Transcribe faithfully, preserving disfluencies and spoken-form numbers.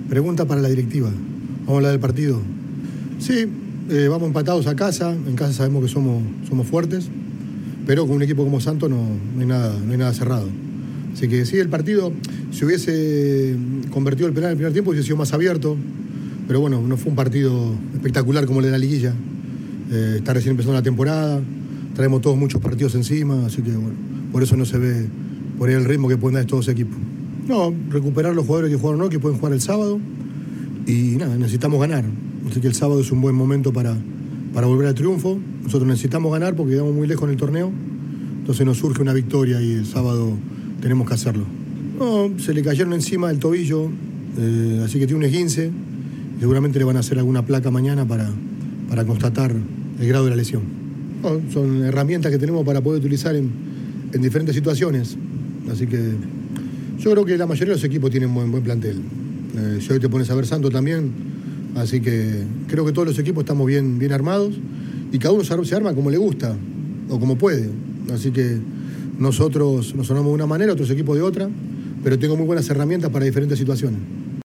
Pregunta para la directiva. Vamos a hablar del partido. Sí, eh, vamos empatados a casa. En casa sabemos que somos, somos fuertes, pero con un equipo como Santos no, no, hay nada, no hay nada cerrado. Así que sí, el partido, si hubiese convertido el penal en el primer tiempo, hubiese sido más abierto. Pero bueno, no fue un partido espectacular como el de la liguilla. Eh, está recién empezando la temporada. Traemos todos muchos partidos encima, así que bueno, por eso no se ve por ahí el ritmo que pueden dar estos dos equipos. No, recuperar los jugadores que jugaron hoy, que pueden jugar el sábado. Y nada, necesitamos ganar. Así que el sábado es un buen momento para, para volver al triunfo. Nosotros necesitamos ganar porque quedamos muy lejos en el torneo. Entonces nos surge una victoria y el sábado tenemos que hacerlo. No, se le cayeron encima del tobillo, eh, así que tiene un esguince. Seguramente le van a hacer alguna placa mañana para, para constatar el grado de la lesión. No, son herramientas que tenemos para poder utilizar en, en diferentes situaciones. Así que yo creo que la mayoría de los equipos tienen buen, buen plantel. Eh, si hoy te pones a ver Santos también, así que creo que todos los equipos estamos bien, bien armados y cada uno se arma como le gusta o como puede. Así que nosotros nos armamos de una manera, otros equipos de otra, pero tengo muy buenas herramientas para diferentes situaciones.